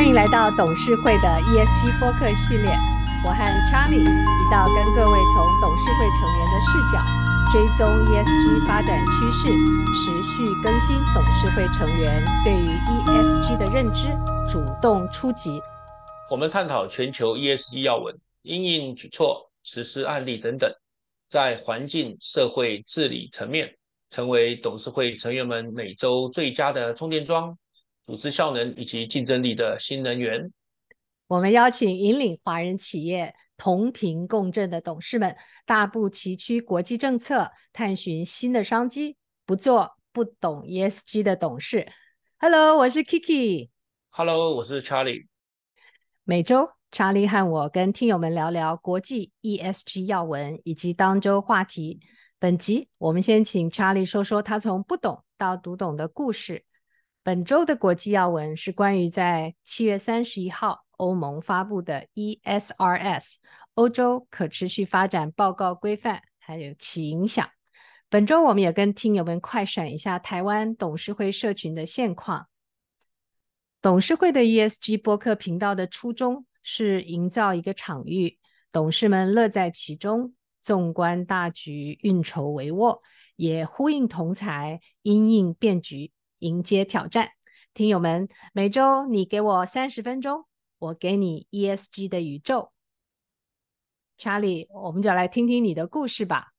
迎来到董事会的 ESG 播客系列。我和 Charlie 一道跟各位从董事会成员的视角，追踪 ESG 发展趋势，持续更新董事会成员对于 ESG 的认知，主动出击。 我们探讨全球 ESG 要闻、因应举措、实施案例等等，在环境、社会治理层面，成为董事会成员们每周最佳的充电桩，组织效能以及竞争力的新能源。 我们邀请引领华人企业同频共振的董事们，大步崎岖国际政策，探寻新的商机，不做不懂 ESG 的董事。Hello， 我是 Kiki。 Hello， 我是 Charlie。 每周，查理和我跟听友们聊聊国际 ESG 要闻以及当周话题。本集我们先请查理说说他从不懂到读懂的故事。本周的国际要闻是关于在7月31号欧盟发布的 ESRS 欧洲可持续发展报告规范，还有其影响。本周我们也跟听友们快闪一下台湾董事会社群的现况。董事会的 ESG 播客频道的初衷是营造一个场域，董事们乐在其中，纵观大局，运筹帷幄，也呼应同侪，因应变局，迎接挑战。听友们，每周你给我30分钟，我给你 ESG 的宇宙。查理，我们就来听听你的故事吧。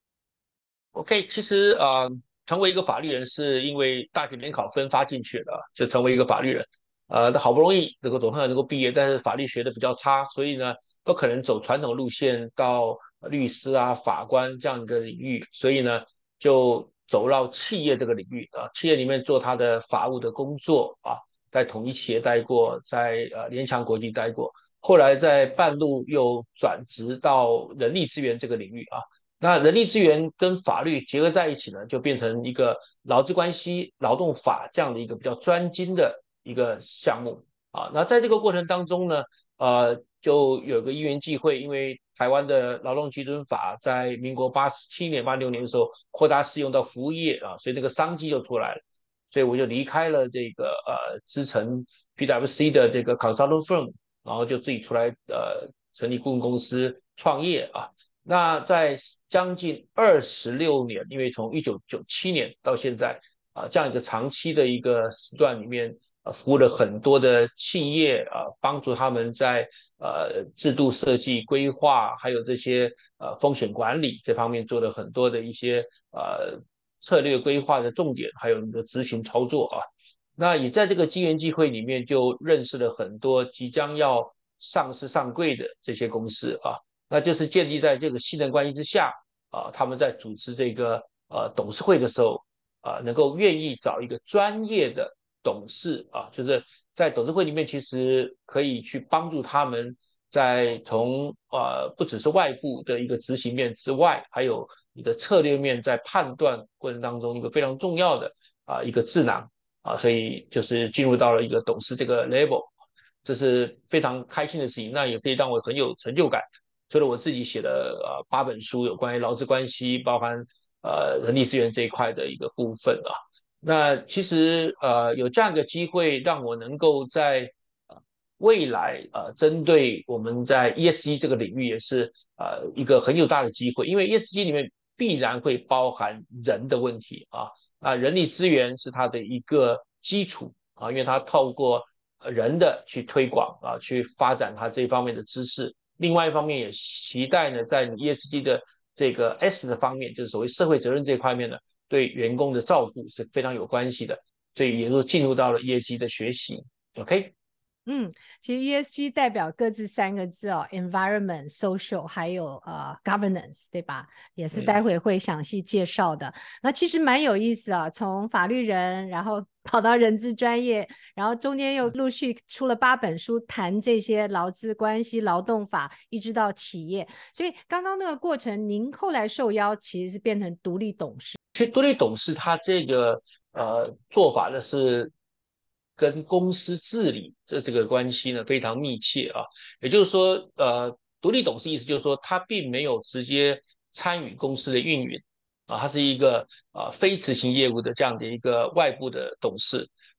OK，其实成为一个法律人是因为大学联考分发进去了，就成为一个法律人。那好不容易这个总算能够毕业，但是法律学的比较差，所以呢，不可能走传统路线到律师啊、法官这样一个领域，所以呢，就走到企业这个领域啊，企业里面做他的法务的工作啊，在统一企业待过，在联强国际待过，后来在半路又转职到人力资源这个领域啊。那人力资源跟法律结合在一起呢，就变成一个劳资关系、劳动法这样的一个比较专精的一个项目啊。那在这个过程当中呢，就有个因缘际会，因为台湾的劳动基准法在民国87年、86年的时候扩大适用到服务业啊，所以那个商机就出来了。所以我就离开了这个资诚 PwC 的这个 consulting firm，然后就自己出来成立顾问公司创业啊。那在将近26年，因为从1997年到现在这样一个长期的一个时段里面，服务了很多的企业帮助他们在制度设计、规划，还有这些风险管理这方面做了很多的一些策略规划的重点，还有你的执行操作啊。那也在这个机缘机会里面，就认识了很多即将要上市上柜的这些公司啊。那就是建立在这个信任关系之下他们在组织这个董事会的时候能够愿意找一个专业的董事就是在董事会里面其实可以去帮助他们在从不只是外部的一个执行面之外，还有你的策略面在判断过程当中一个非常重要的一个智囊所以就是进入到了一个董事这个 level，这是非常开心的事情，那也可以让我很有成就感。除了我自己写的8本书有关于劳资关系，包含人力资源这一块的一个部分那其实有这样一个机会，让我能够在未来针对我们在 ESG 这个领域也是一个很有大的机会，因为 ESG 里面必然会包含人的问题人力资源是它的一个基础因为它透过人的去推广去发展它这一方面的知识。另外一方面也期待呢，在你 ESG 的这个 S 的方面，就是所谓社会责任这一块面呢，对员工的照顾是非常有关系的，所以也就进入到了 ESG 的学习。OK， 其实 ESG 代表各自3个字，environment、social 还有governance，对吧？也是待会会详细介绍的。那其实蛮有意思从法律人，然后跑到人资专业，然后中间又陆续出了8本书，谈这些劳资关系、劳动法，一直到企业。所以刚刚那个过程，您后来受邀其实是变成独立董事。 其实独立董事他这个做法呢是跟公司治理这个关系呢非常密切也就是说独立董事意思就是说他并没有直接参与公司的运营他是一个非执行业务的这样的一个外部的董事。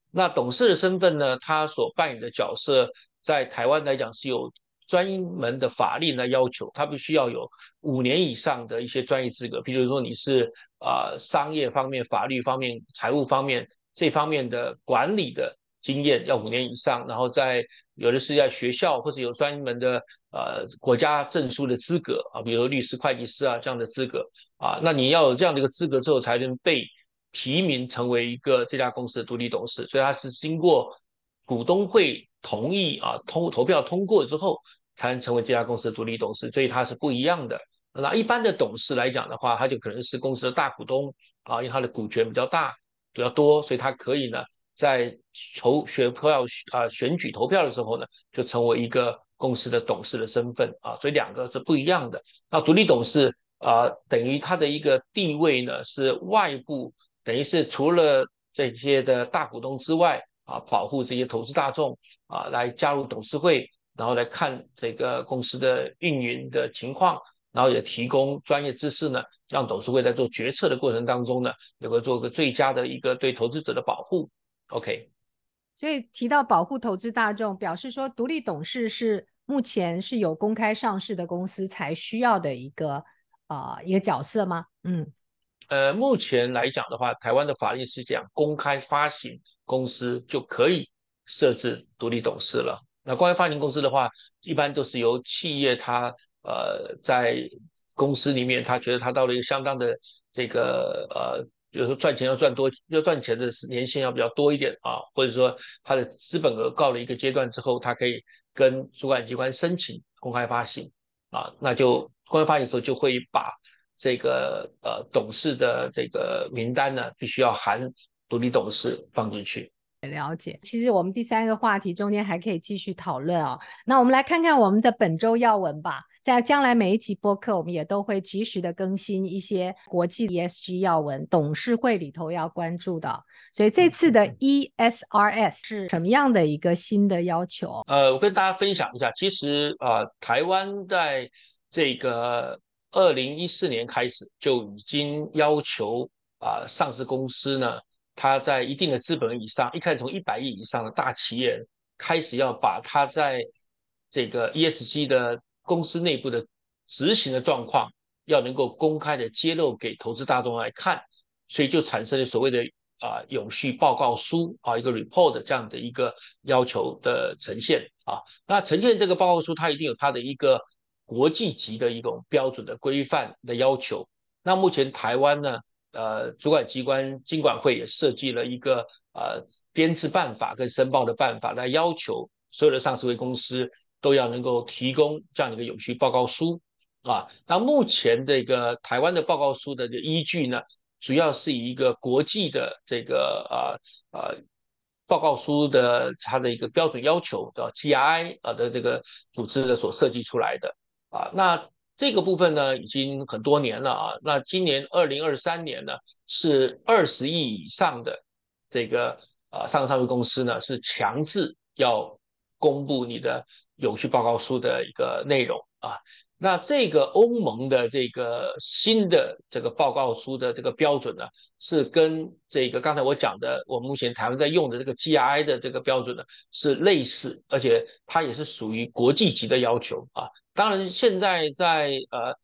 那董事的身份呢，他所扮演的角色，在台湾来讲是有专门的法令来要求，他必须要有5年以上的一些专业资格，比如说你是商业方面、法律方面、财务方面这方面的管理的经验要5年以上，然后有的是在学校或者有专门的国家证书的资格啊，比如律师、会计师啊这样的资格啊，那你要有这样的一个资格之后，才能被提名成为一个这家公司的独立董事，所以他是经过股东会同意啊投票通过之后，才能成为这家公司的独立董事，所以它是不一样的。那一般的董事来讲的话，他就可能是公司的大股东啊，因为他的股权比较大、比较多，所以他可以呢在选举投票的时候呢，就成为一个公司的董事的身份啊，所以两个是不一样的。那独立董事等于他的一个地位呢是外部，等于是除了这些的大股东之外啊，保护这些投资大众啊来加入董事会，然后来看这个公司的运营的情况，然后也提供专业知识呢，让董事会在做决策的过程当中呢，能够做个最佳的一个对投资者的保护。OK。 所以提到保护投资大众，表示说独立董事是目前是有公开上市的公司才需要的一个角色吗？嗯。 目前来讲的话，台湾的法律是讲公开发行公司就可以设置独立董事了。那公开发行公司的话，一般都是由企业它在公司里面，他觉得他到了一个相当的这个比如说赚钱要赚钱的年限要比较多一点啊，或者说他的资本额到了一个阶段之后，他可以跟主管机关申请公开发行啊，那就公开发行的时候就会把这个董事的这个名单呢，必须要含独立董事放进去。 了解，其实我们第三个话题中间还可以继续讨论哦。那我们来看看我们的本周要闻吧。在将来每一集播客，我们也都会及时的更新一些国际 ESG 要闻，董事会里头要关注的。所以这次的 ESRS 是什么样的一个新的要求？ 我跟大家分享一下，其实台湾在这个2014年开始就已经要求上市公司呢，它在一定的资本以上，一开始从100亿以上的大企业开始要把它在这个 ESG 的公司内部的执行的状况，要能够公开的揭露给投资大众来看，所以就产生了所谓的永续报告书一个 report 这样的一个要求的呈现啊。那呈现这个报告书，它一定有它的一个国际级的一种标准的规范的要求。那目前台湾呢，主管机关金管会也设计了一个编制办法跟申报的办法，来要求所有的上市会公司都要能够提供这样的一个永续报告书啊。那目前这个台湾的报告书的依据呢，主要是以一个国际的这个报告书的它的一个标准要求的 GRI 的这个组织的所设计出来的那这个部分呢已经很多年了啊。那今年2023年呢是20亿以上的这个上市公司呢是强制要公布你的永续报告书的一个内容啊。那这个欧盟的这个新的这个报告书的这个标准呢，是跟这个刚才我讲的，我们目前台湾在用的这个 GRI 的这个标准呢是类似，而且它也是属于国际级的要求啊。当然，现在在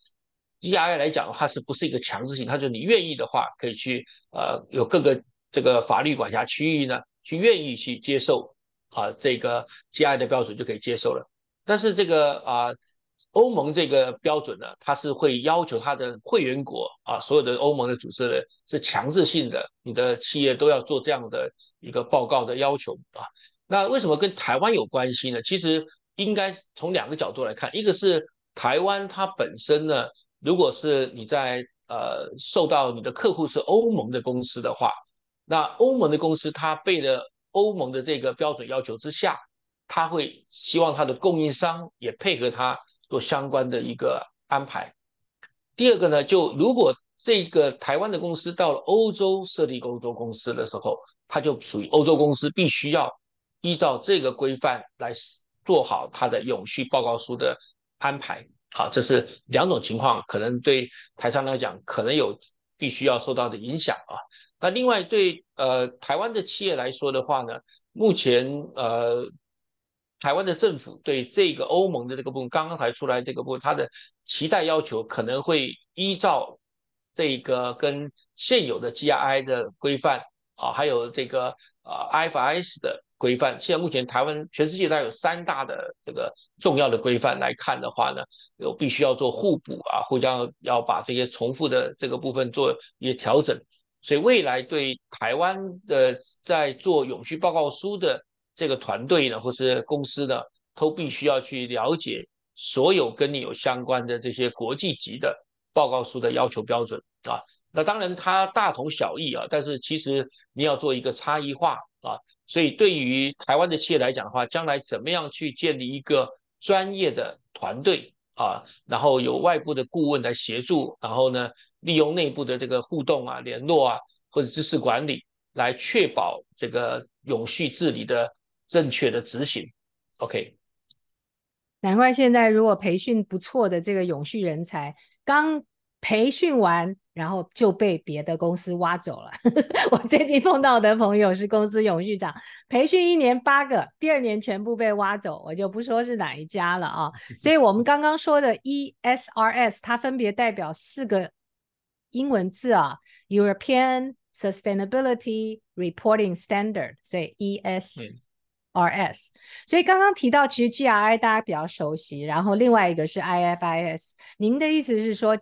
GRI 来讲，它是不是一个强制性？它就你愿意的话，可以去有各个这个法律管辖区域呢，去愿意去接受这个 GRI 的标准就可以接受了。但是这个欧盟这个标准呢，它是会要求它的会员国所有的欧盟的组织呢是强制性的，你的企业都要做这样的一个报告的要求那为什么跟台湾有关系呢？其实应该从两个角度来看，一个是台湾它本身呢，如果是你在受到你的客户是欧盟的公司的话，那欧盟的公司它被了欧盟的这个标准要求之下，他会希望他的供应商也配合他做相关的一个安排。第二个呢，就如果这个台湾的公司到了欧洲设立欧洲公司的时候，它就属于欧洲公司必须要依照这个规范来做好它的永续报告书的安排。好，这是两种情况，可能对台商来讲可能有必须要受到的影响啊。那另外对台湾的企业来说的话呢，目前台湾的政府对这个欧盟的这个部分，刚刚才出来这个部分，它的期待要求可能会依照这个跟现有的 GRI 的规范啊，还有这个IFRS 的规范，现在目前台湾全世界大概有3大的这个重要的规范来看的话呢，有必须要做互补啊，互相要把这些重复的这个部分做一些调整。所以未来对台湾的在做永续报告书的这个团队呢，或是公司呢，都必须要去了解所有跟你有相关的这些国际级的报告书的要求标准啊。那当然它大同小异啊，但是其实你要做一个差异化啊。所以对于台湾的企业来讲的话，将来怎么样去建立一个专业的团队啊，然后有外部的顾问来协助，然后呢，利用内部的这个互动啊、联络啊，或者知识管理，来确保这个永续治理的正确的执行。OK。 难怪现在如果培训不错的这个永续人才，刚培训完，然后就被别的公司挖走了。我最近碰到的朋友是公司永续长，培训1年8个，第2年全部被挖走，我就不说是哪一家了啊。所以我们刚刚说的 ESRS， 它分别代表4个英文字啊 ，European Sustainability Reporting Standard， 所以 ES。RS， 所以刚刚提到，其实 GRI 大家比较熟悉，然后另外一个是 IFIS。您的意思是说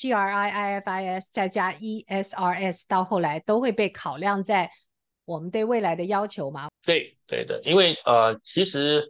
，GRI、IFIS 再加 ESRS 到后来都会被考量在我们对未来的要求吗？ 对对的，因为其实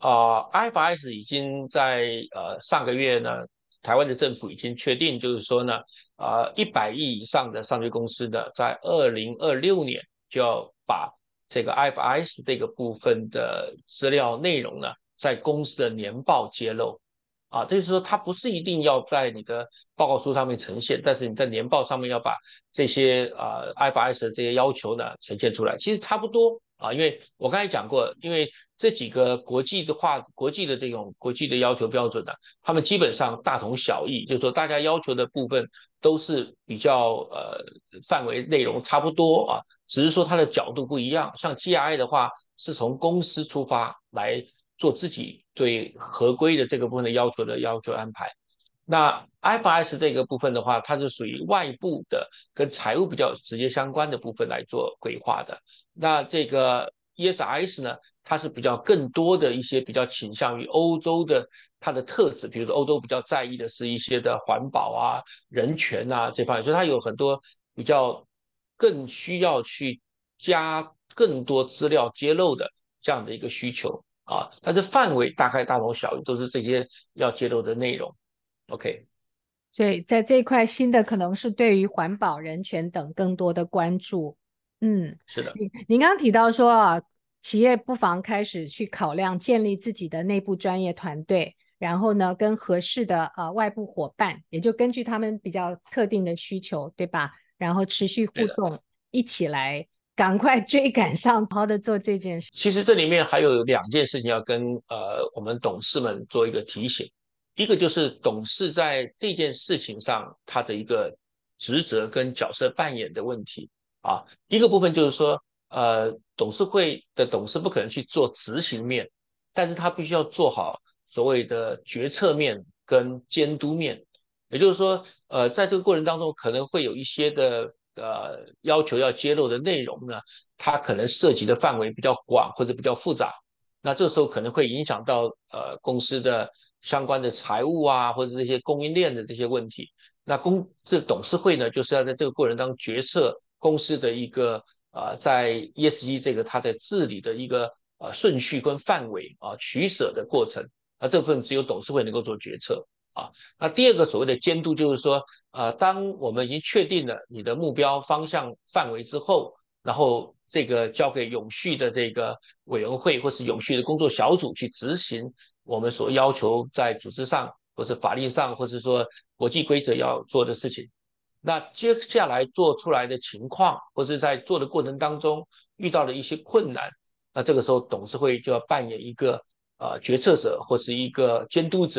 IFRS 已经在上个月呢，台湾的政府已经确定，就是说呢，100亿以上的上市公司呢，在2026年就要把这个 IFRS 这个部分的资料内容呢，在公司的年报揭露。啊，就是说它不是一定要在你的报告书上面呈现，但是你在年报上面要把这些IFRS 的这些要求呢呈现出来，其实差不多啊。因为我刚才讲过，因为这几个国际的这种国际的要求标准呢，他们基本上大同小异，就是说大家要求的部分都是比较范围内容差不多啊，只是说它的角度不一样。像 GRI 的话，是从公司出发来做自己对合规的这个部分的要求安排。那 IFRS 这个部分的话，它是属于外部的，跟财务比较直接相关的部分来做规划的。那这个 ESRS 呢，它是比较更多的一些比较倾向于欧洲的它的特质，比如说欧洲比较在意的是一些的环保啊、人权啊这方面，所以它有很多比较更需要去加更多资料揭露的这样的一个需求啊，但是范围大概大同小异，都是这些要揭露的内容。OK。 所以在这一块新的可能是对于环保、人权等更多的关注。 是的。 您刚刚提到说啊，企业不妨开始去考量建立自己的内部专业团队，然后呢，跟合适的外部伙伴，也就根据他们比较特定的需求，对吧？然后持续互动，一起来赶快追赶上，好好的做这件事。 其实这里面还有2件事情要跟我们董事们做一个提醒，一个就是董事在这件事情上他的一个职责跟角色扮演的问题啊，一个部分就是说董事会的董事不可能去做执行面，但是他必须要做好所谓的决策面跟监督面，也就是说在这个过程当中可能会有一些的要求要揭露的内容呢，它可能涉及的范围比较广或者比较复杂，那这时候可能会影响到公司的相关的财务啊，或者这些供应链的这些问题。那这董事会呢，就是要在这个过程当中决策公司的一个在 ESG 这个它的治理的一个顺序跟范围啊取舍的过程，那这部分只有董事会能够做决策。啊，那第二个所谓的监督，就是说，当我们已经确定了你的目标方向范围之后，然后这个交给永续的这个委员会或是永续的工作小组去执行我们所要求在组织上或者法律上或者说国际规则要做的事情。那接下来做出来的情况，或者在做的过程当中遇到了一些困难，那这个时候董事会就要扮演一个决策者或是一个监督者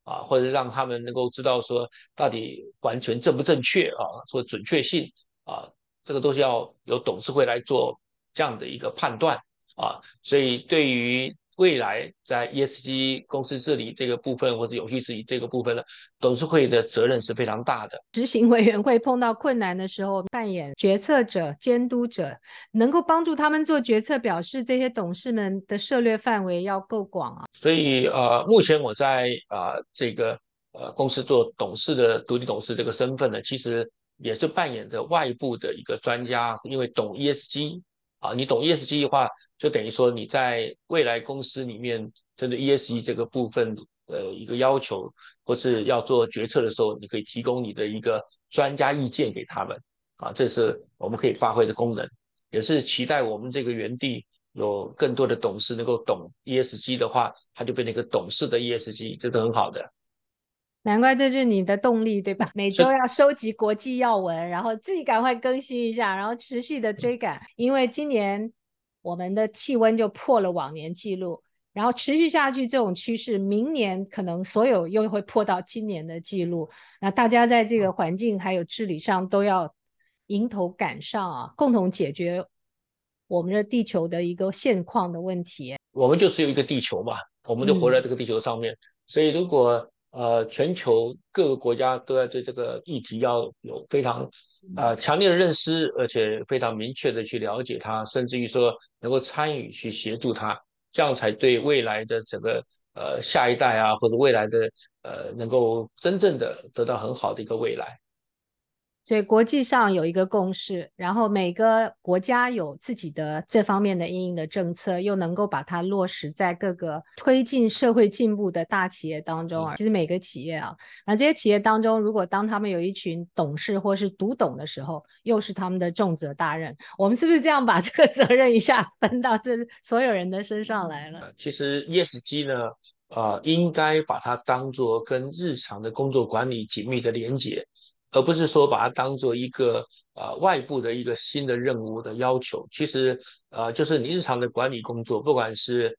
或者让他们能够知道说到底完全正不正确或准确性啊，这个都是要由董事会来做这样的一个判断所以对于未来在 ESG 公司治理这个部分或者永续治理这个部分呢，董事会的责任是非常大的。 执行委员会碰到困难的时候，扮演决策者、监督者，能够帮助他们做决策，表示这些董事们的涉猎范围要够广啊。 所以目前我在这个公司做董事的独立董事这个身份呢，其实也是扮演着外部的一个专家，因为懂 ESG 你懂 ESG 的话，就等于说你在未来公司里面针对 ESG 这个部分一个要求，或是要做决策的时候，你可以提供你的一个专家意见给他们这是我们可以发挥的功能，也是期待我们这个园地有更多的董事能够懂 ESG 的话，他就变成一个懂事的 ESG，这是很好的。 难怪这是你的动力，对吧？每周要收集国际要闻，然后自己赶快更新一下，然后持续的追赶。因为今年我们的气温就破了往年记录，然后持续下去这种趋势，明年可能所有又会破到今年的记录。那大家在这个环境还有治理上都要迎头赶上啊，共同解决我们的地球的一个现况的问题。 我们就只有一个地球嘛，我们就活在这个地球上面，所以如果全球各个国家都要对这个议题要有非常强烈的认识，而且非常明确的去了解它，甚至于说能够参与去协助它，这样才对未来的整个下一代或者未来的能够真正的得到很好的一个未来。 所以国际上有一个共识，然后每个国家有自己的这方面的因应的政策，又能够把它落实在各个推进社会进步的大企业当中。其实每个企业那这些企业当中，如果当他们有一群董事或是独董的时候，又是他们的重责大任。我们是不是这样把这个责任一下分到这所有人的身上来了？ 其实 ESG 呢，应该把它当做跟日常的工作管理紧密的连结，而不是说把它当做一个外部的一个新的任务的要求。其实就是你日常的管理工作，不管是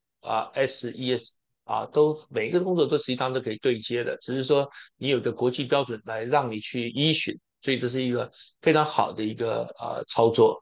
SES 都每一个工作都实际上都可以对接的，只是说你有个国际标准来让你去依循，所以这是一个非常好的一个操作。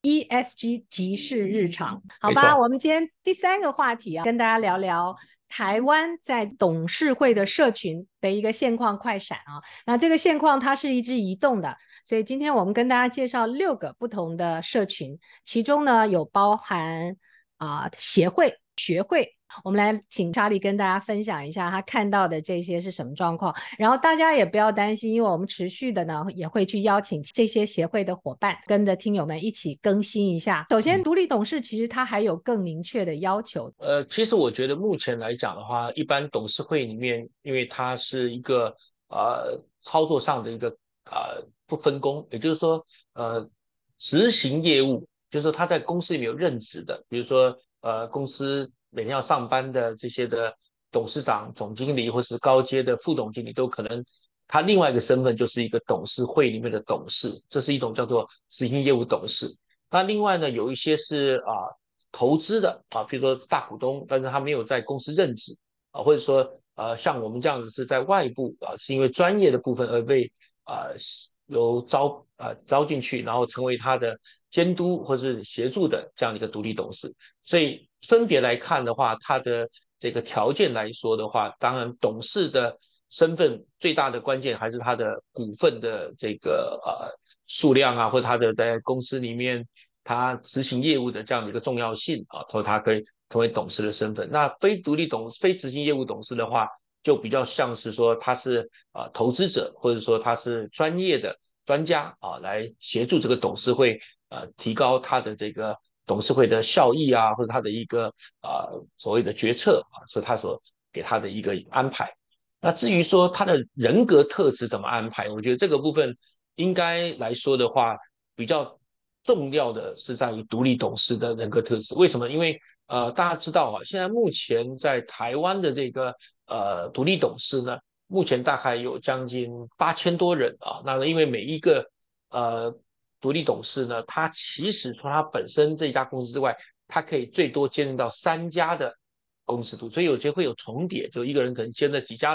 ESG 即是日常，好吧？ 没错。 我们今天第三个话题跟大家聊聊台湾在董事会的社群的一个现况快闪那这个现况它是一直移动的，所以今天我们跟大家介绍6个不同的社群，其中呢有包含协会、学会。我们来请查理跟大家分享一下他看到的这些是什么状况，然后大家也不要担心，因为我们持续的呢也会去邀请这些协会的伙伴跟着听友们一起更新一下。首先独立董事其实他还有更明确的要求。 其实我觉得目前来讲的话，一般董事会里面，因为它是一个操作上的一个不分工，也就是说执行业务，就是说他在公司里面有任职的，比如说公司每天要上班的这些的董事长、总经理或是高阶的副总经理，都可能他另外一个身份就是一个董事会里面的董事，这是一种叫做执行业务董事。那另外呢，有一些是投资的比如说大股东，但是他没有在公司任职或者说像我们这样子是在外部是因为专业的部分而被啊、由招进去，然后成为他的监督或是协助的这样的一个独立董事。所以分别来看的话，他的这个条件来说的话，当然董事的身份最大的关键还是他的股份的这个数量或者他的在公司里面他执行业务的这样的一个重要性所以他可以成为董事的身份。那非执行业务董事的话，就比较像是说他是投资者，或者说他是专业的专家来协助这个董事会提高他的这个董事会的效益或者他的一个所谓的决策是他所给他的一个安排。那至于说他的人格特质怎么安排，我觉得这个部分应该来说的话，比较重要的是在于独立董事的人格特质。为什么？因为大家知道现在目前在台湾的这个独立董事呢，目前大概有将近8000多人那因为每一个独立董事呢，他其实除了他本身这一家公司之外，他可以最多兼任到3家的公司所以有些会有重叠，就一个人可能兼了几家的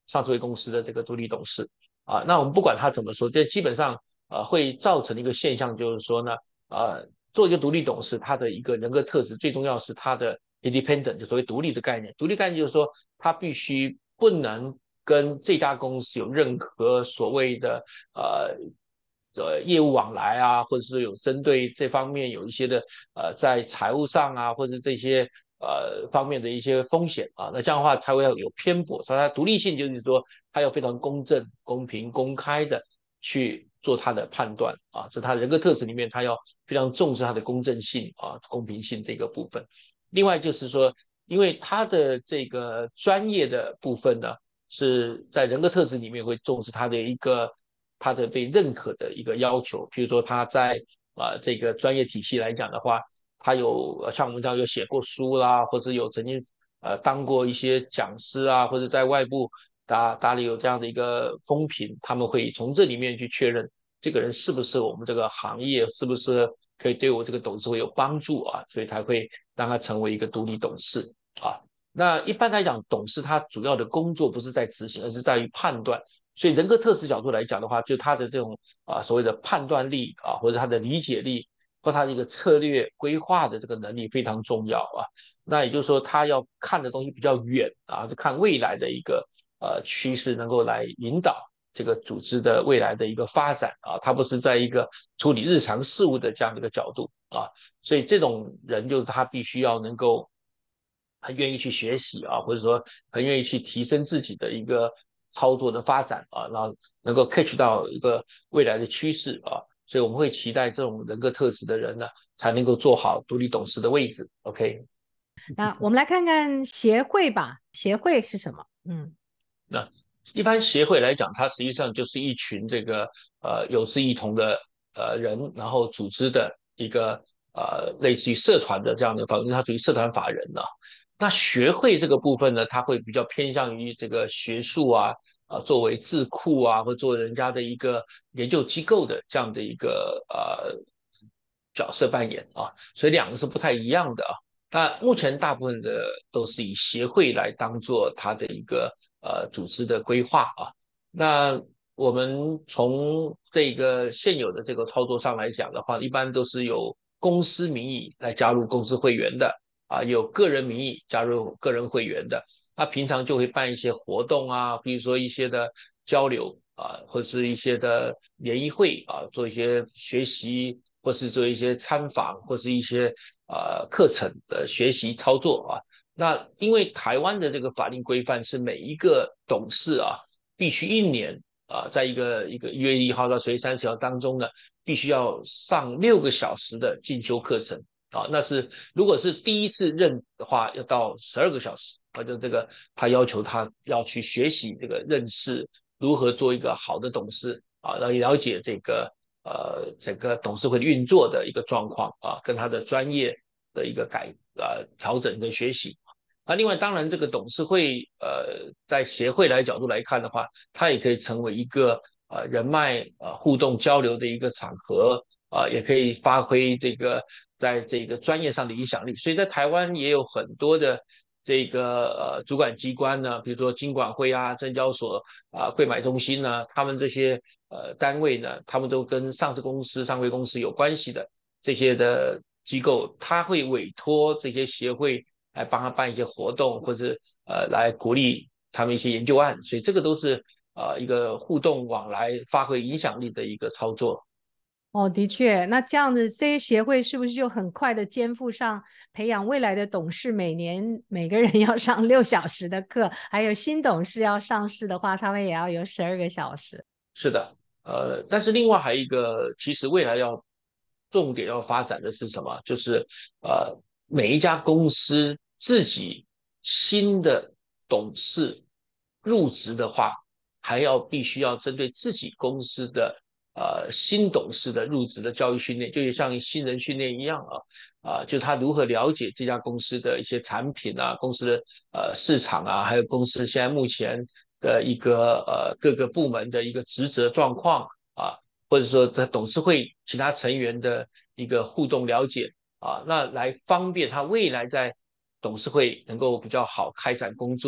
上市会公司的这个独立董事那我们不管他怎么说，这基本上会造成的一个现象就是说呢，做一个独立董事，他的一个人格特质最重要是他的 independent， 就所谓独立的概念。独立概念就是说，他必须不能跟这家公司有任何所谓的呃业务往来或者是有针对这方面有一些的在财务上或者这些方面的一些风险那这样的话才会有偏颇。所以它独立性就是说，它要非常公正、公平、公开的去做它的判断这它人格特质里面，它要非常重视它的公正性公平性这个部分。另外就是说，因为它的这个专业的部分呢，是在人格特质里面会重视它的被认可的一个要求。比如说他在这个专业体系来讲的话，他有像我们这样有写过书啦，或者有曾经当过一些讲师或者在外部打理有这样的一个风评，他们会从这里面去确认这个人是不是我们这个行业，是不是可以对我这个董事会有帮助所以才会让他成为一个独立董事啊。那一般来讲，董事他主要的工作不是在执行，而是在于判断。所以人格特质角度来讲的话，就他的这种所谓的判断力或者他的理解力，或他的一个策略规划的这个能力非常重要那也就是说，他要看的东西比较远就看未来的一个趋势，能够来引导这个组织的未来的一个发展他不是在一个处理日常事务的这样的一个角度所以这种人就是他必须要能够很愿意去学习或者说很愿意去提升自己的一个操作的发展然后能够 catch 到一个未来的趋势所以我们会期待这种人格特质的人呢，才能够做好独立董事的位置。OK， 那我们来看看协会吧，协会是什么？ 那一般协会来讲，它实际上就是一群这个有志一同的人，然后组织的一个类似于社团的这样的因为它属于社团法人那学会这个部分呢，它会比较偏向于这个学术作为智库或作为人家的一个研究机构的这样的一个角色扮演所以两个是不太一样的那目前大部分的都是以协会来当做它的一个组织的规划那我们从这个现有的这个操作上来讲的话，一般都是有公司名义来加入公司会员的有个人名义加入个人会员的。那平常就会办一些活动比如说一些的交流或者是一些的联谊会做一些学习，或是做一些参访，或是一些课程的学习操作那因为台湾的这个法令规范是每一个董事必须一年在1月1号到10月30号当中呢，必须要上6个小时的进修课程那是如果是第一次任的话，要到12个小时就这个他要求他要去学习这个认识如何做一个好的董事来了解这个整个董事会运作的一个状况跟他的专业的一个调整跟学习。那另外，当然这个董事会在协会来角度来看的话，它也可以成为一个人脉互动交流的一个场合也可以发挥这个在这个专业上的影响力。所以在台湾也有很多的这个主管机关呢，比如说金管会证交所柜买中心呢，他们这些单位呢，他们都跟上市公司、上柜公司有关系的这些的机构，他会委托这些协会来帮他办一些活动，或者来鼓励他们一些研究案，所以这个都是一个互动往来、发挥影响力的一个操作。 哦，的确，那这样子，这些协会是不是就很快的肩负上培养未来的董事，每年每个人要上6小时的课，还有新董事要上市的话，他们也要有12个小时。 是的，但是另外还有一个，其实未来重点要发展的是什么？就是每一家公司自己新的董事入职的话，还要必须要针对自己公司的新董事的入职的教育训练，就像新人训练一样就他如何了解这家公司的一些产品公司的市场还有公司现在目前的一个各个部门的一个职责状况或者说在董事会其他成员的一个互动了解那来方便他未来在董事会能够比较好开展工作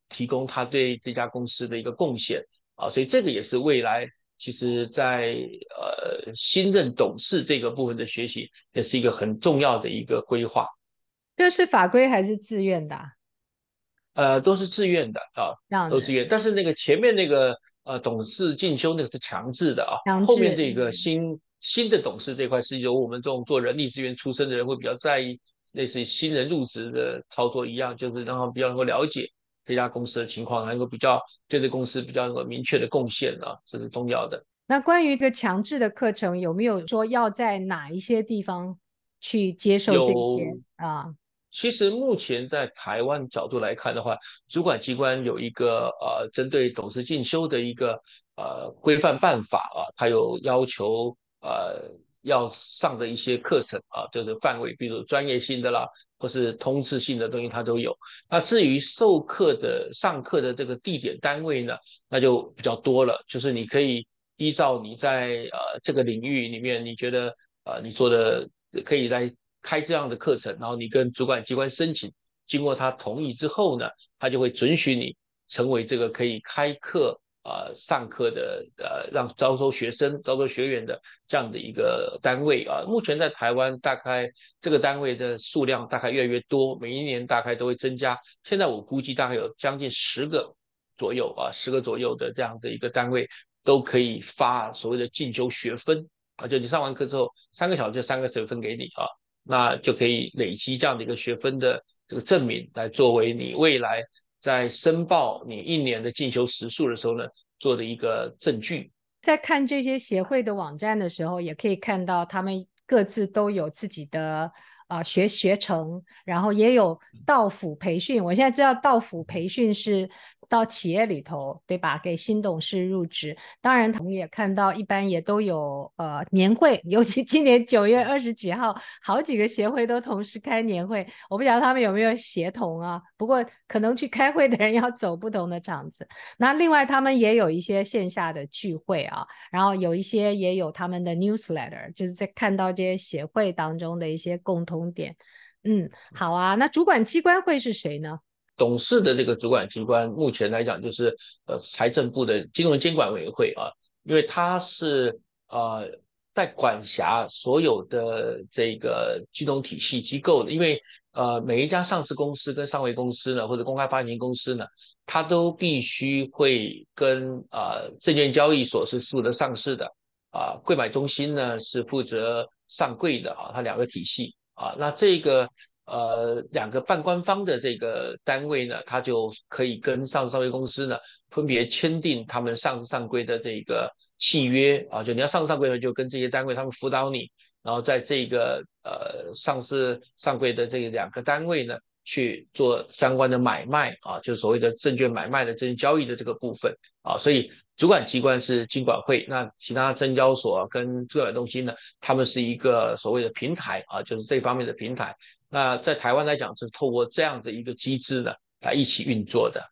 提供他对这家公司的一个贡献啊，所以这个也是未来其实在新任董事这个部分的学习，也是一个很重要的一个规划。 这是法规还是自愿的啊？ 都是自愿的啊， 这样子， 都自愿。但是那个前面那个董事进修那个是强制的啊， 强制。 后面这个新的董事这块是由我们这种做人力资源出身的人会比较在意，类似于新人入职的操作一样，就是让他们比较能够了解这家公司的情况，能够比较对这公司比较能够明确的贡献啊，这是重要的。 那关于这个强制的课程，有没有说要在哪一些地方去接受这些有啊？ 其实目前在台湾角度来看的话，主管机关有一个针对董事进修的一个规范办法啊，它有要求要上的一些课程啊，就是范围，比如专业性的啦，或是通识性的东西它都有。那至于授课的上课的这个地点单位呢，那就比较多了，就是你可以依照你在这个领域里面，你觉得你做的可以来开这样的课程，然后你跟主管机关申请，经过他同意之后呢，他就会准许你成为这个可以开课上课的让招收学生、招收学员的这样的一个单位啊。目前在台湾大概这个单位的数量大概越来越多，每一年大概都会增加。现在我估计大概有将近10个左右啊，10个左右的这样的一个单位都可以发所谓的进修学分啊，就你上完课之后3个小时就3个学分给你啊。那就可以累积这样的一个学分的这个证明，来作为你未来在申报你一年的进修时数的时候呢，做的一个证据。 在看这些协会的网站的时候，也可以看到他们各自都有自己的学程，然后也有到府培训。我现在知道到府培训是到企业里头，对吧？给新董事入职。当然，我们也看到一般也都有年会，尤其今年9月20几号，好几个协会都同时开年会。我不晓得他们有没有协同啊，不过可能去开会的人要走不同的场子。那另外他们也有一些线下的聚会啊，然后有一些也有他们的 newsletter，就是在看到这些协会当中的一些共通点。好啊，那主管机关会是谁呢？ 董事的这个主管机关，目前来讲就是财政部的金融监管委员会啊，因为它是在管辖所有的这个金融体系机构的，因为每一家上市公司跟上市公司呢，或者公开发行公司呢，它都必须会跟证券交易所是负责上市的柜买中心呢是负责上柜的啊，它两个体系啊，那这个两个半官方的这个单位呢，它就可以跟上市公司呢分别签订他们上市上柜的这个契约啊，就你要上市上柜呢，就跟这些单位他们辅导你，然后在这个上市上柜的这两个单位呢。去做相关的买卖啊，就是所谓的证券买卖的证券交易的这个部分啊，所以主管机关是金管会，那其他证交所跟主管中心呢，他们是一个所谓的平台啊，就是这方面的平台。那在台湾来讲，是透过这样的一个机制呢，来一起运作的。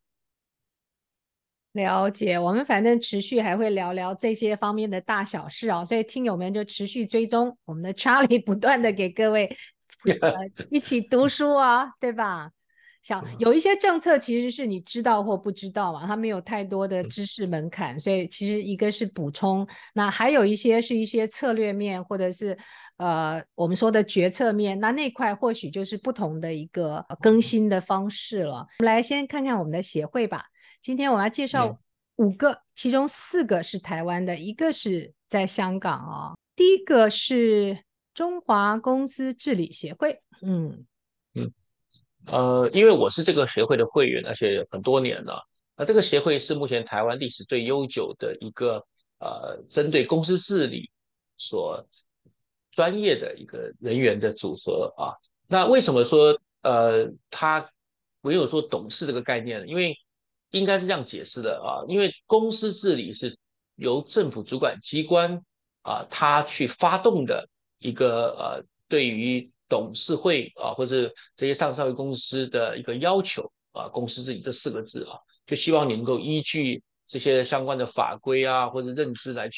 了解，我们反正持续还会聊聊这些方面的大小事啊，所以听友们就持续追踪我们的 Charlie，不断的给各位一起读书啊，对吧？有一些政策其实是你知道或不知道嘛，它没有太多的知识门槛，所以其实一个是补充，那还有一些是一些策略面或者是我们说的决策面，那块或许就是不同的一个更新的方式了。我们来先看看我们的协会吧。今天我要介绍5个，其中4个是台湾的，一个是在香港哦。第一个是中华公司治理协会， 嗯，因为我是这个协会的会员，而且很多年了。这个协会是目前台湾历史最悠久的一个针对公司治理所专业的一个人员的组合啊。那为什么说他没有说董事这个概念呢？因为应该是这样解释的啊，因为公司治理是由政府主管机关他去发动的一个对于董事会或者这些上市公司的一个要求公司治理这4个字就希望你能够依据这些相关的法规或者认知来去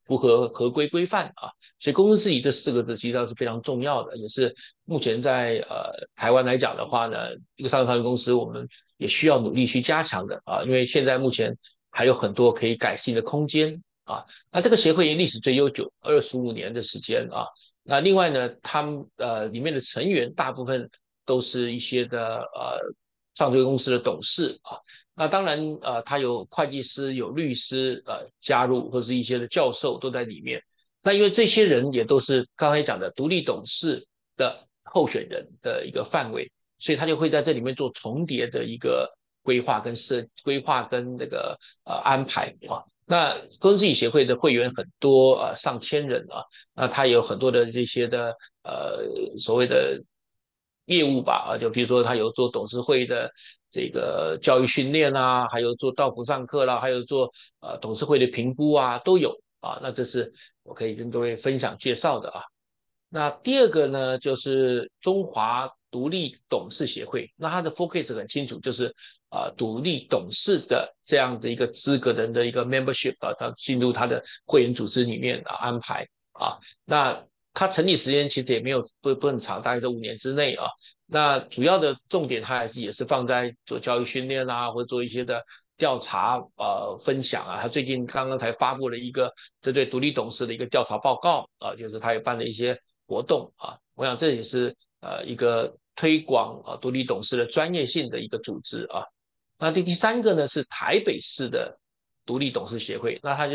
符合合规规范啊。所以公司治理这4个字其实上是非常重要的，也是目前在台湾来讲的话呢，一个上市上市公司我们也需要努力去加强的啊，因为现在目前还有很多可以改进的空间啊。那这个协会历史最悠久，25年的时间啊。那另外呢，他们里面的成员大部分都是一些的上市公司的董事啊。那当然他有会计师、有律师加入，或是一些的教授都在里面。那因为这些人也都是刚才讲的独立董事的候选人的一个范围，所以他就会在这里面做重叠的一个规划跟那个安排啊。那公司治理协会的会员很多上千人啊，那他有很多的这些的所谓的业务吧啊，就比如说他有做董事会的这个教育训练啊，还有做道服上课啦，还有做董事会的评估啊，都有啊。那这是我可以跟各位分享介绍的啊。那第二个呢，就是中华独立董事协会，那它的 focus 很清楚，就是独立董事的这样的一个资格人的一个 membership 啊，它进入它的会员组织里面安排啊。那它成立时间其实也没有不很长，大概在5年之内啊。那主要的重点它也是放在做教育训练啊，或者做一些的调查分享啊。他最近刚刚才发布了一个针对独立董事的一个调查报告啊，就是他也办了一些活动啊。我想这也是一个推广独立董事的专业性的一个组织啊。那第三个呢是台北市的独立董事协会，那它就是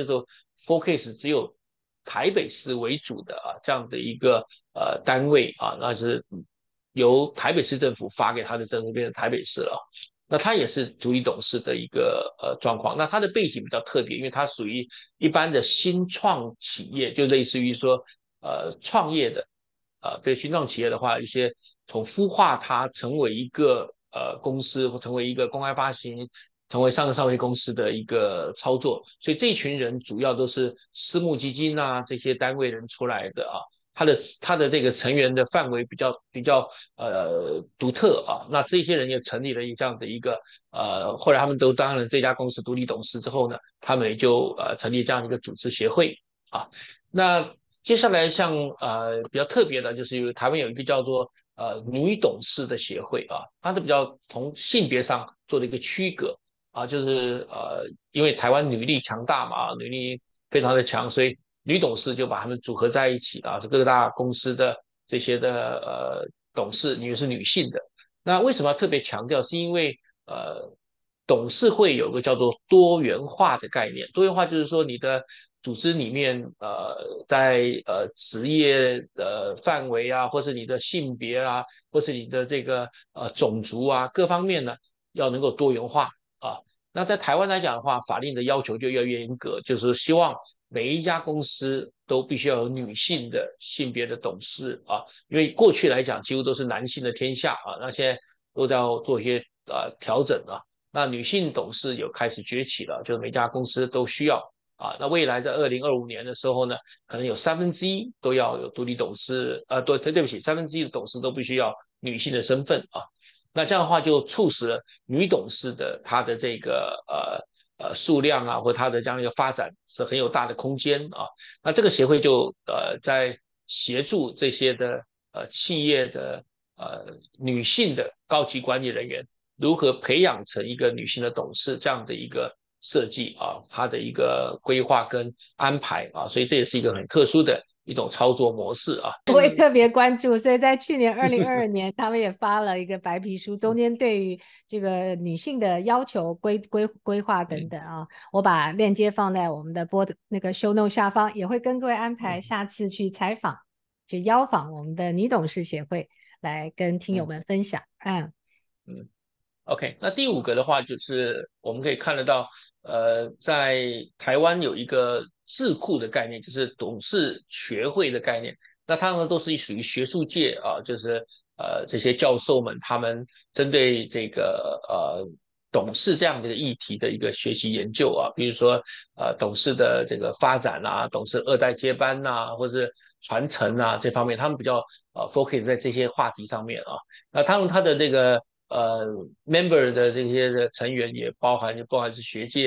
focus 只有台北市为主的这样的一个单位啊，那是由台北市政府发给他的政府变成台北市了。那它也是独立董事的一个状况。那它的背景比较特别，因为它属于一般的新创企业，就类似于说创业的对新创企业的话，一些从孵化它成为一个公司或成为一个公开发行。成为上市上市公司的一个操作，所以这一群人主要都是私募基金啊这些单位人出来的啊。他的这个成员的范围比较独特啊，那这些人也成立了这样的一个后来他们都当了这家公司独立董事之后呢，他们也就成立这样一个组织协会啊。那接下来像比较特别的就是台湾有一个叫做女董事的协会啊，它是比较从性别上做了一个区隔啊，就是因为台湾女力强大嘛，女力非常的强，所以女董事就把他们组合在一起啊，各大公司的这些的董事，因为是女性的。那为什么要特别强调？是因为董事会有个叫做多元化的概念。多元化就是说你的组织里面在职业的范围啊，或是你的性别啊，或是你的这个种族啊各方面呢，要能够多元化啊。那在台湾来讲的话，法令的要求就越来越严格，就是希望每一家公司都必须要有女性的性别的董事啊，因为过去来讲几乎都是男性的天下啊，那现在都要做一些调整啊。那女性董事有开始崛起了，就是每家公司都需要啊。那未来在2025年的时候呢，可能有1/3都要有独立董事，对不起，1/3的董事都必须要女性的身份啊。那这样的话就促使了女董事的她的这个数量啊，或她的这样一个发展是很有大的空间啊。那这个协会就在协助这些的企业的女性的高级管理人员如何培养成一个女性的董事这样的一个设计啊，它的一个规划跟安排啊，所以这也是一个很特殊的一种操作模式啊。 我也特别关注，所以在去年2022年，他们也发了一个白皮书，中间对于这个女性的要求、规划等等啊，我把链接放在我们的那个 show note 下方，也会跟各位安排下次去采访，去邀访我们的女董事协会，来跟听友们分享。 嗯 OK，那第五个的话，就是我们可以看得到，在台湾有一个智库的概念，就是董事学会的概念。那它呢都是属于学术界啊，就是这些教授们他们针对这个董事这样的议题的一个学习研究啊，比如说董事的这个发展啊，董事二代接班呐、或者传承啊这方面，他们比较focus 在这些话题上面啊。那他的这个member 的这些的成员也包含是学界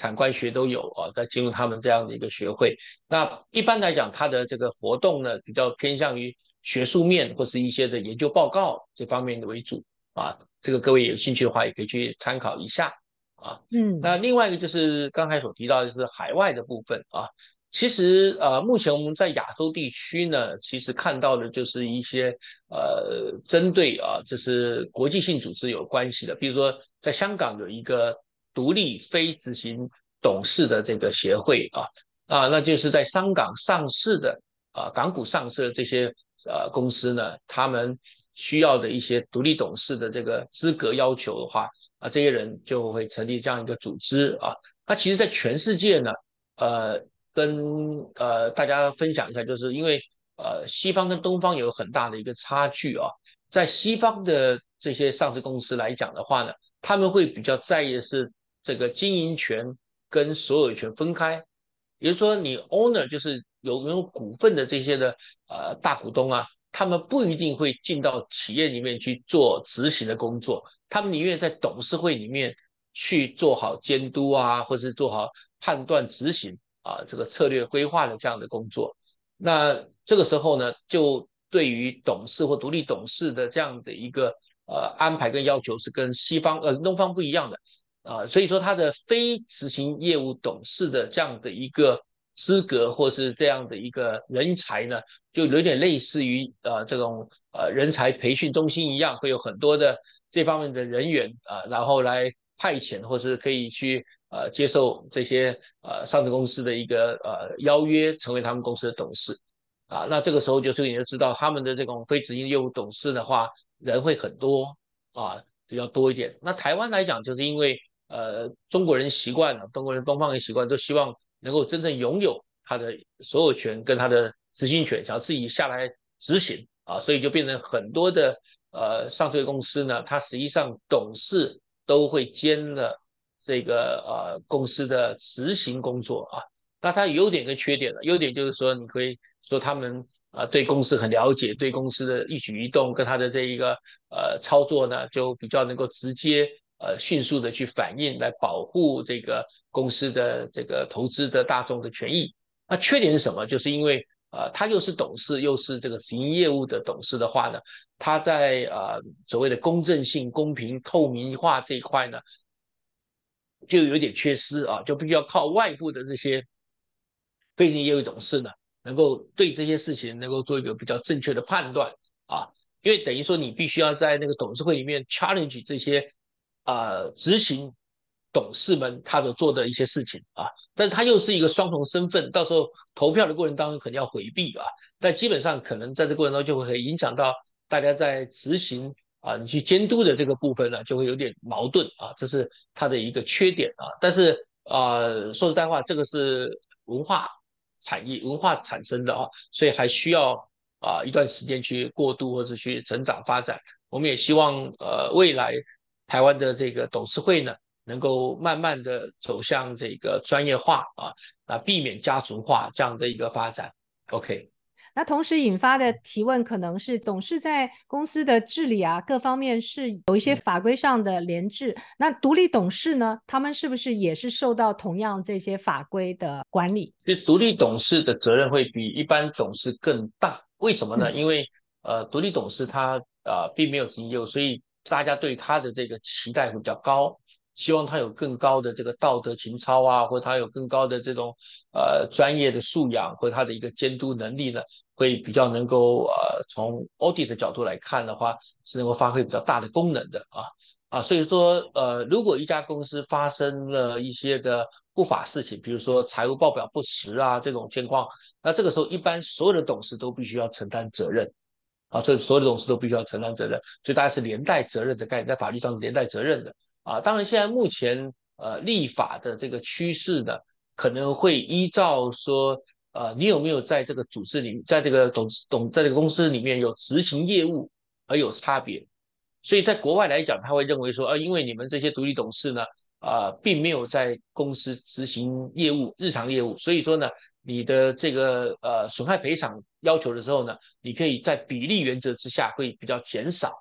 产官学都有啊，在进入他们这样的一个学会。那一般来讲，它的这个活动呢，比较偏向于学术面或是一些的研究报告这方面的为主啊。这个各位有兴趣的话，也可以去参考一下啊。那另外一个就是刚才所提到的就是海外的部分啊。其实目前我们在亚洲地区呢，其实看到的就是一些针对就是国际性组织有关系的，比如说在香港有一个独立非执行董事的这个协会那就是在香港上市的港股上市的这些公司呢，他们需要的一些独立董事的这个资格要求的话这些人就会成立这样一个组织那其实，在全世界呢，跟大家分享一下，就是因为西方跟东方有很大的一个差距在西方的这些上市公司来讲的话呢，他们会比较在意的是这个经营权跟所有权分开，也就是说，你 owner 就是有股份的这些的大股东他们不一定会进到企业里面去做执行的工作，他们宁愿在董事会里面去做好监督或是做好判断执行这个策略规划的这样的工作。那这个时候呢，就对于董事或独立董事的这样的一个安排跟要求是跟西方东方不一样的所以说他的非执行业务董事的这样的一个资格或是这样的一个人才呢，就有点类似于这种人才培训中心一样，会有很多的这方面的人员然后来派遣或是可以去接受这些上市公司的一个邀约，成为他们公司的董事那这个时候就是你就知道他们的这种非执行业务董事的话，人会很多比较多一点。那台湾来讲，就是因为中国人习惯了，中国人东方人习惯都希望能够真正拥有他的所有权跟他的执行权，想要自己下来执行所以就变成很多的上市公司呢，它实际上董事都会兼了这个公司的执行工作那它有优点跟缺点了，优点就是说你可以说他们对公司很了解，对公司的一举一动跟他的这一个操作呢，就比较能够直接迅速的去反映，来保护这个公司的这个投资的大众的权益。那缺点是什么？就是因为他又是董事，又是这个实营业务的董事的话呢，他在所谓的公正性、公平、透明化这一块呢，就有点缺失就必须要靠外部的这些非经业务董事呢，能够对这些事情能够做一个比较正确的判断啊，因为等于说你必须要在那个董事会里面 challenge 这些执行董事们他所做的一些事情但是他又是一个双重身份，到时候投票的过程当中肯定要回避但基本上可能在这过程当中就会影响到大家在执行你去监督的这个部分呢，就会有点矛盾这是它的一个缺点但是说实在话，这个是文化产业文化产生的所以还需要一段时间去过渡或者去成长发展。我们也希望未来台湾的这个董事会呢，能够慢慢的走向这个专业化避免家族化这样的一个发展。OK。 那同时引发的提问可能是，董事在公司的治理各方面是有一些法规上的联制，那独立董事呢，他们是不是也是受到同样这些法规的管理？ 其实独立董事的责任会比一般董事更大，为什么呢？因为独立董事他并没有执行业务，所以大家对他的这个期待会比较高，希望他有更高的这个道德情操或者他有更高的这种专业的素养，或者他的一个监督能力呢，会比较能够从 audit 的角度来看的话，是能够发挥比较大的功能的所以说如果一家公司发生了一些的不法事情，比如说财务报表不实这种情况，那这个时候一般所有的董事都必须要承担责任这所有的董事都必须要承担责任，所以大家是连带责任的概念，在法律上是连带责任的当然，现在目前立法的这个趋势呢，可能会依照说你有没有在这个组织里，在这个在这个公司里面有执行业务而有差别。所以在国外来讲，他会认为说因为你们这些独立董事呢并没有在公司执行业务日常业务，所以说呢你的这个损害赔偿要求的时候呢，你可以在比例原则之下会比较减少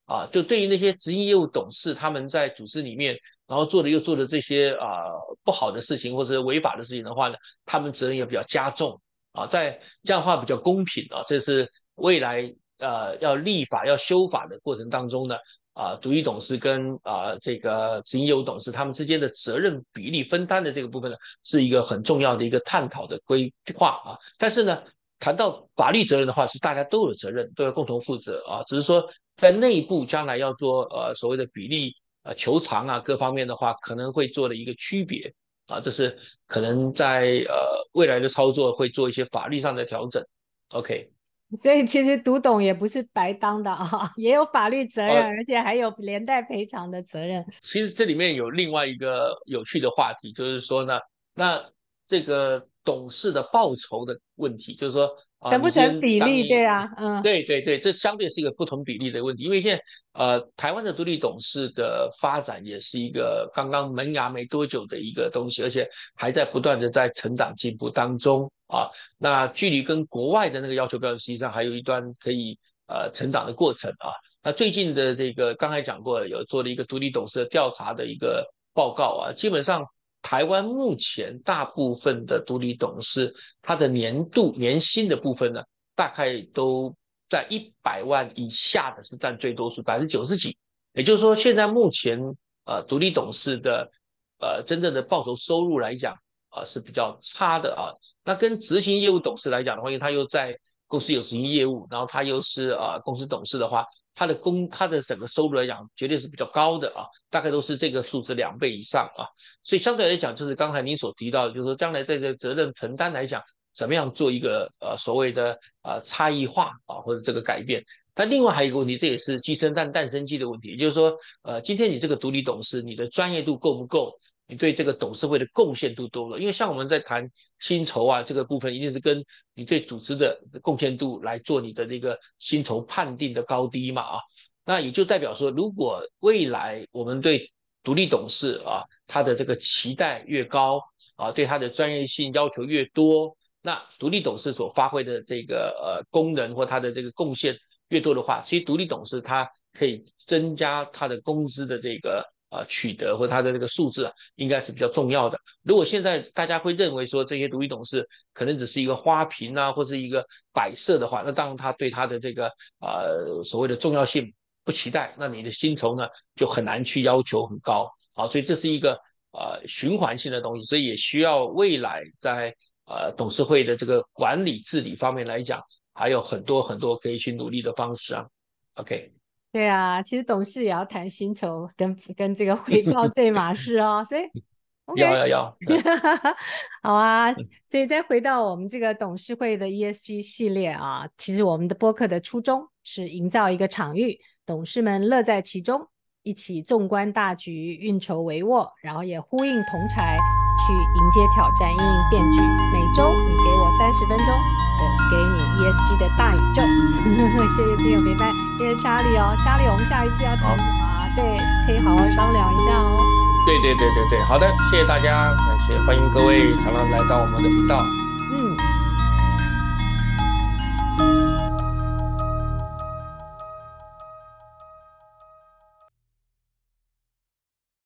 就对于那些执行业务董事，他们在组织里面，然后又做的这些不好的事情或者违法的事情的话呢，他们责任也比较加重在这样的话比较公平这是未来要立法要修法的过程当中呢。独立董事跟这个执行业务董事他们之间的责任比例分担的这个部分呢，是一个很重要的一个探讨的规划但是呢，谈到法律责任的话，是大家都有责任，都要共同负责只是说在内部将来要做所谓的比例求偿各方面的话，可能会做的一个区别这是可能在未来的操作会做一些法律上的调整。OK。 所以其实读懂也不是白当的也有法律责任， 呃， 而且还有连带赔偿的责任。 其实这里面有另外一个有趣的话题，就是说呢，那这个董事的报酬的问题，就是说成不你今天成比例？ 当一对啊， 对对对，这相对是一个不同比例的问题，因为现在台湾的独立董事的发展也是一个刚刚萌芽没多久的一个东西，而且还在不断的在成长进步当中那距离跟国外的那个要求标准，实际上还有一段可以成长的过程那最近的这个刚才讲过，有做了一个独立董事的调查的一个报告基本上台湾目前大部分的独立董事，他的年薪的部分呢，大概都在100万以下的是占最多数，90%几。也就是说，现在目前独立董事的真正的报酬收入来讲是比较差的那跟执行业务董事来讲的话，因为他又在公司有执行业务，然后他又是公司董事的话，他的整个收入来讲，绝对是比较高的大概都是这个数字2倍以上所以相对来讲，就是刚才您所提到的，就是说将来在这个责任承担来讲，怎么样做一个所谓的差异化或者这个改变。但另外还有一个问题，这也是鸡生蛋蛋生鸡的问题，也就是说今天你这个独立董事，你的专业度够不够？你对这个董事会的贡献度多了，因为像我们在谈薪酬这个部分，一定是跟你对组织的贡献度来做你的那个薪酬判定的高低嘛那也就代表说，如果未来我们对独立董事他的这个期待越高对他的专业性要求越多，那独立董事所发挥的这个功能或他的这个贡献越多的话，其实独立董事他可以增加他的工资的这个取得或他的这个数字应该是比较重要的。如果现在大家会认为说这些独立董事可能只是一个花瓶或是一个摆设的话，那当然他对他的这个所谓的重要性不期待，那你的薪酬呢就很难去要求很高所以这是一个循环性的东西，所以也需要未来在董事会的这个管理治理方面来讲，还有很多很多可以去努力的方式OK。 对啊，其实董事也要谈薪酬跟这个回报这码事所以 OK， 要好啊。所以再回到我们这个董事会的 ESG 系列其实我们的播客的初衷是营造一个场域，董事们乐在其中，一起纵观大局，运筹帷幄，然后也呼应同侪去迎接挑战，因应变局。每周你给我30分钟，我给你 ESG 的大宇宙。谢谢听友陪伴，谢谢查理查理，我们下一次要谈什么对，可以好好商量一下对，好的，谢谢大家，感谢欢迎各位常常来到我们的频道。